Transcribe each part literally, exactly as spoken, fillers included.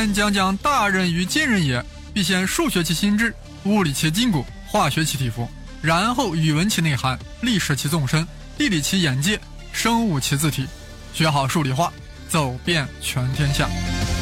先讲讲大人与近人也，必先数学其心智，物理其筋骨，化学其体肤，然后语文其内涵，历史其纵深，地理其眼界，生物其字体，学好数理化，走遍全天下。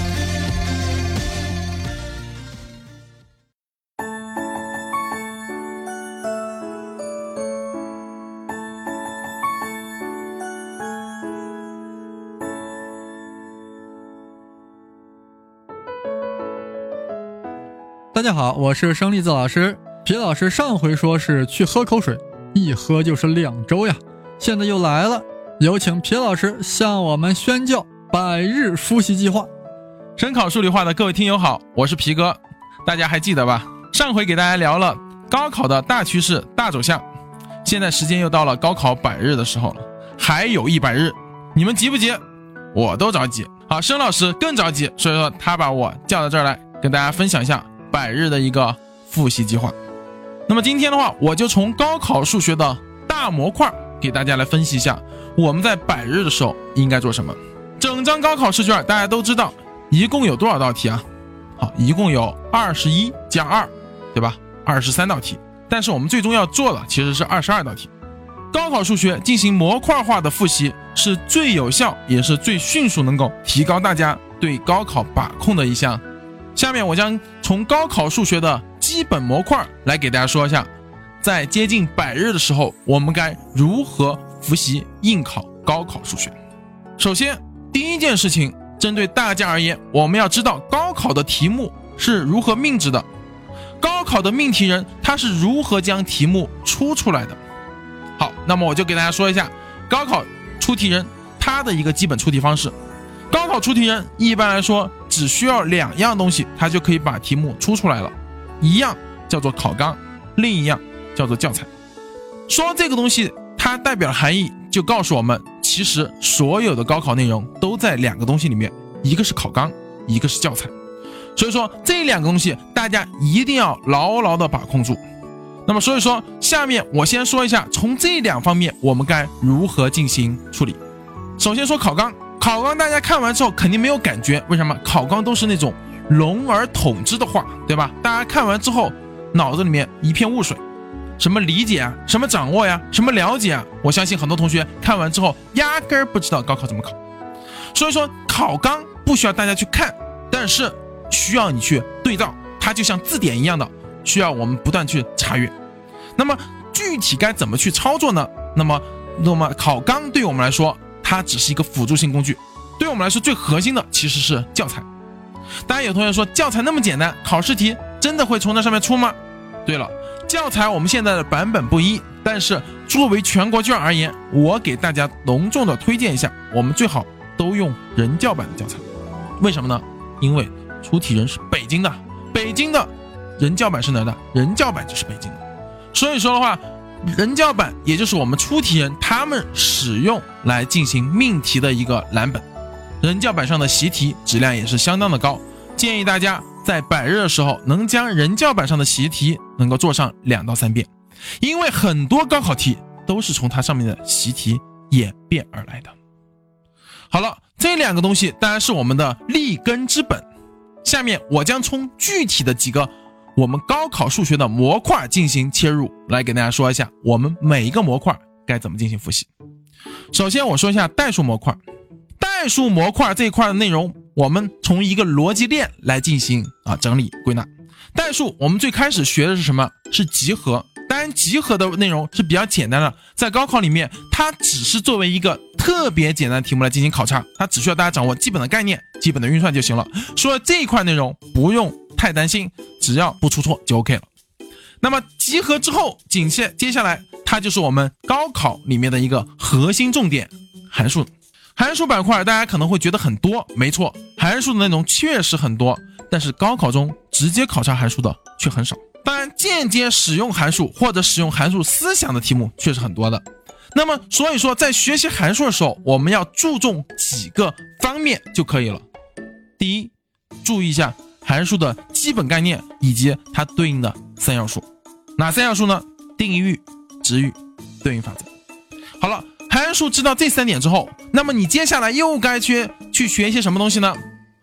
大家好，我是生粒子老师。皮老师上回说是去喝口水，一喝就是两周呀，现在又来了，有请皮老师向我们宣教百日复习计划。 声考数理化的各位听友好，我是皮哥，大家还记得吧？上回给大家聊了高考的大趋势、大走向，现在时间又到了高考百日的时候了，还有一百日，你们急不急？我都着急。好，申老师更着急，所以说他把我叫到这儿来，跟大家分享一下百日的一个复习计划。那么今天的话，我就从高考数学的大模块给大家来分析一下，我们在百日的时候应该做什么。整张高考试卷大家都知道一共有多少道题啊？好，一共有二十一加二，对吧？二十三道题，但是我们最终要做的其实是二十二道题。高考数学进行模块化的复习是最有效也是最迅速能够提高大家对高考把控的一项。下面我将从高考数学的基本模块来给大家说一下，在接近百日的时候，我们该如何复习应考高考数学。首先，第一件事情，针对大家而言，我们要知道高考的题目是如何命制的，高考的命题人他是如何将题目出出来的。好，那么我就给大家说一下高考出题人他的一个基本出题方式。高考出题人一般来说只需要两样东西，他就可以把题目出出来了，一样叫做考纲，另一样叫做教材。说这个东西它代表含义就告诉我们，其实所有的高考内容都在两个东西里面，一个是考纲，一个是教材。所以说这两个东西大家一定要牢牢的把控住。那么所以说下面我先说一下从这两方面我们该如何进行处理。首先说考纲，考纲大家看完之后肯定没有感觉，为什么？考纲都是那种笼而统之的话，对吧？大家看完之后脑子里面一片雾水，什么理解啊，什么掌握呀，什么了解啊，我相信很多同学看完之后压根儿不知道高考怎么考。所以说考纲不需要大家去看，但是需要你去对照，它就像字典一样的，需要我们不断去查阅。那么具体该怎么去操作呢？那么那么考纲对我们来说它只是一个辅助性工具，对我们来说最核心的其实是教材。大家有同学说教材那么简单，考试题真的会从那上面出吗？对了，教材我们现在的版本不一，但是作为全国卷而言，我给大家隆重的推荐一下，我们最好都用人教版的教材。为什么呢？因为出题人是北京的，北京的人教版是哪的？人教版就是北京的。所以说的话，人教版也就是我们出题人他们使用来进行命题的一个蓝本。人教版上的习题质量也是相当的高，建议大家在百日的时候能将人教版上的习题能够做上两到三遍，因为很多高考题都是从它上面的习题演变而来的。好了，这两个东西当然是我们的立根之本，下面我将从具体的几个我们高考数学的模块进行切入，来给大家说一下我们每一个模块该怎么进行复习。首先我说一下代数模块，代数模块这一块的内容我们从一个逻辑链来进行啊整理归纳。代数我们最开始学的是什么？是集合。当然集合的内容是比较简单的，在高考里面它只是作为一个特别简单的题目来进行考察，它只需要大家掌握基本的概念、基本的运算就行了，所以这一块内容不用太担心，只要不出错就 OK 了。那么集合之后紧接接下来它就是我们高考里面的一个核心重点，函数。函数板块大家可能会觉得很多，没错，函数的内容确实很多，但是高考中直接考察函数的却很少。当然间接使用函数或者使用函数思想的题目却是很多的。那么所以说在学习函数的时候，我们要注重几个方面就可以了。第一，注意一下函数的基本概念以及它对应的三要素。哪三要素呢？定义域、值域、对应法则。好了，函数知道这三点之后，那么你接下来又该去去学一些什么东西呢？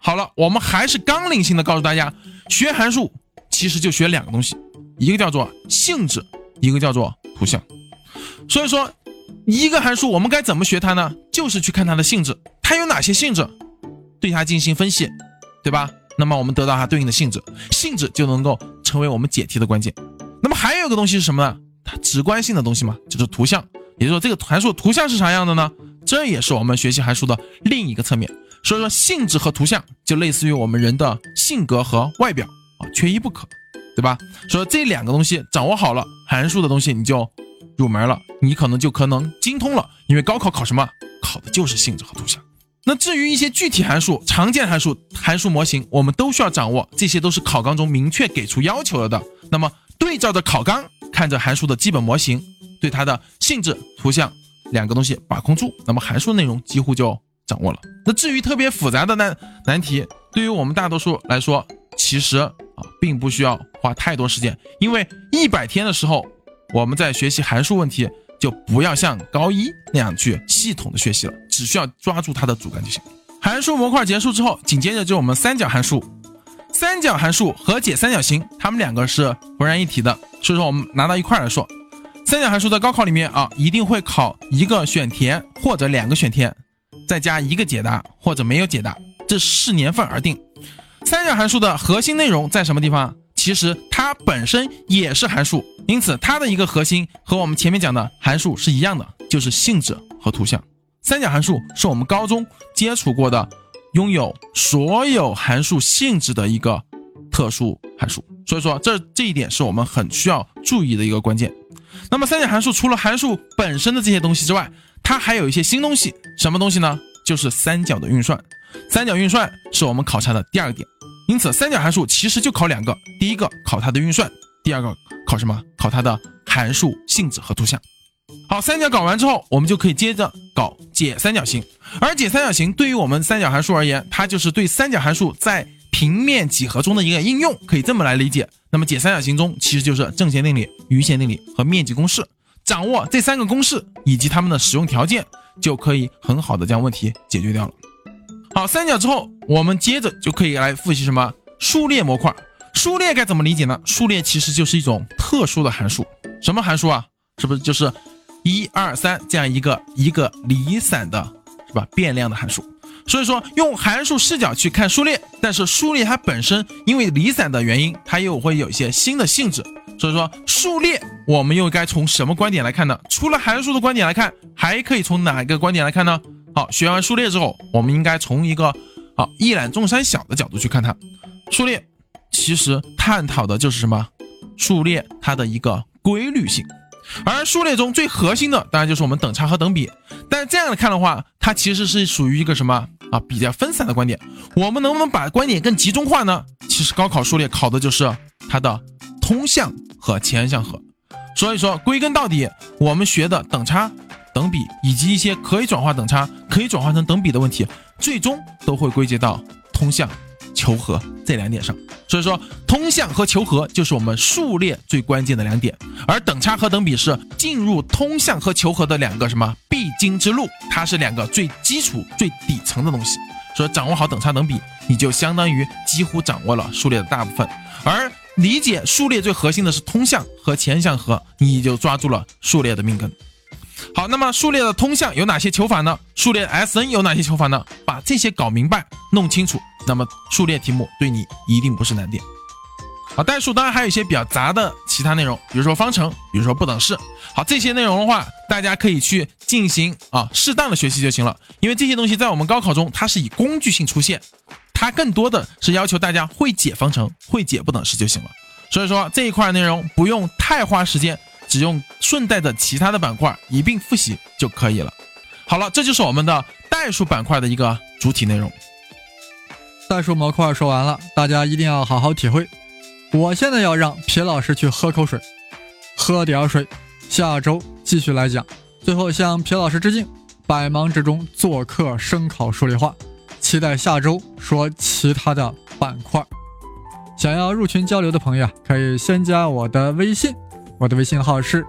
好了，我们还是纲领性的告诉大家，学函数其实就学两个东西，一个叫做性质，一个叫做图像。所以说一个函数我们该怎么学它呢？就是去看它的性质，它有哪些性质，对它进行分析，对吧？那么我们得到它对应的性质，性质就能够成为我们解题的关键。那么还有一个东西是什么呢？它直观性的东西嘛，就是图像。也就是说这个函数图像是啥样的呢？这也是我们学习函数的另一个侧面。所以说性质和图像就类似于我们人的性格和外表啊，缺一不可，对吧？所以这两个东西掌握好了，函数的东西你就入门了，你可能就可能精通了。因为高考考什么？考的就是性质和图像。那至于一些具体函数、常见函数、函数模型，我们都需要掌握，这些都是考纲中明确给出要求了的。那么对照着考纲，看着函数的基本模型，对它的性质、图像两个东西把控住，那么函数内容几乎就掌握了。那至于特别复杂的难难题，对于我们大多数来说，其实啊并不需要花太多时间，因为一百天的时候，我们在学习函数问题，就不要像高一那样去系统的学习了，只需要抓住它的主干就行。函数模块结束之后，紧接着就是我们三角函数。三角函数和解三角形，它们两个是浑然一体的，所以说我们拿到一块来说，三角函数在高考里面啊，一定会考一个选填或者两个选填，再加一个解答或者没有解答，这视年份而定。三角函数的核心内容在什么地方？其实它本身也是函数，因此它的一个核心和我们前面讲的函数是一样的，就是性质和图像。三角函数是我们高中接触过的拥有所有函数性质的一个特殊函数，所以说这这一点是我们很需要注意的一个关键。那么三角函数除了函数本身的这些东西之外，它还有一些新东西，什么东西呢？就是三角的运算。三角运算是我们考察的第二个点，因此三角函数其实就考两个，第一个考它的运算，第二个考什么？考它的函数性质和图像。好，三角搞完之后，我们就可以接着搞解三角形。而解三角形对于我们三角函数而言，它就是对三角函数在平面几何中的一个应用，可以这么来理解。那么解三角形中其实就是正弦定理、余弦定理和面积公式，掌握这三个公式以及它们的使用条件，就可以很好的将问题解决掉了。好，三角之后，我们接着就可以来复习什么？数列模块。数列该怎么理解呢？数列其实就是一种特殊的函数。什么函数啊？是不是就是一二三这样一个一个离散的，是吧？变量的函数。所以说用函数视角去看数列，但是数列它本身因为离散的原因，它又会有一些新的性质。所以说数列我们又该从什么观点来看呢？除了函数的观点来看，还可以从哪一个观点来看呢？好，学完数列之后，我们应该从一个好一览众山小的角度去看它。数列其实探讨的就是什么？数列它的一个规律性。而数列中最核心的当然就是我们等差和等比，但是这样来看的话，它其实是属于一个什么啊比较分散的观点。我们能不能把观点更集中化呢？其实高考数列考的就是它的通项和前项和。所以说归根到底，我们学的等差、等比以及一些可以转化等差、可以转化成等比的问题，最终都会归结到通项、求和这两点上。所以说通项和求和就是我们数列最关键的两点，而等差和等比是进入通项和求和的两个什么必经之路，它是两个最基础最底层的东西。所以掌握好等差等比，你就相当于几乎掌握了数列的大部分，而理解数列最核心的是通项和前项和，你就抓住了数列的命根。好，那么数列的通项有哪些求法呢？数列 S N 有哪些求法呢？把这些搞明白弄清楚，那么数列题目对你一定不是难点。好，代数当然还有一些比较杂的其他内容，比如说方程，比如说不等式。好，这些内容的话，大家可以去进行啊适当的学习就行了，因为这些东西在我们高考中它是以工具性出现，它更多的是要求大家会解方程、会解不等式就行了。所以说这一块内容不用太花时间，只用顺带着其他的板块一并复习就可以了。好了，这就是我们的代数板块的一个主体内容。 代数模块说完了，大家一定要好好体会。我现在要让皮老师去喝口水，喝点水，下周继续来讲。最后向皮老师致敬，百忙之中做客声考数理化，期待下周说其他的板块。想要入群交流的朋友可以先加我的微信，我的微信号是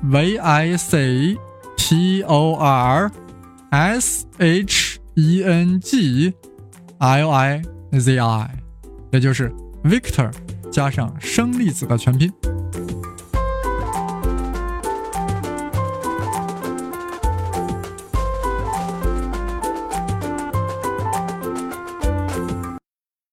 V I C T O R S H E N G L I Z I， 也就是 Victor 加上生粒子的全拼。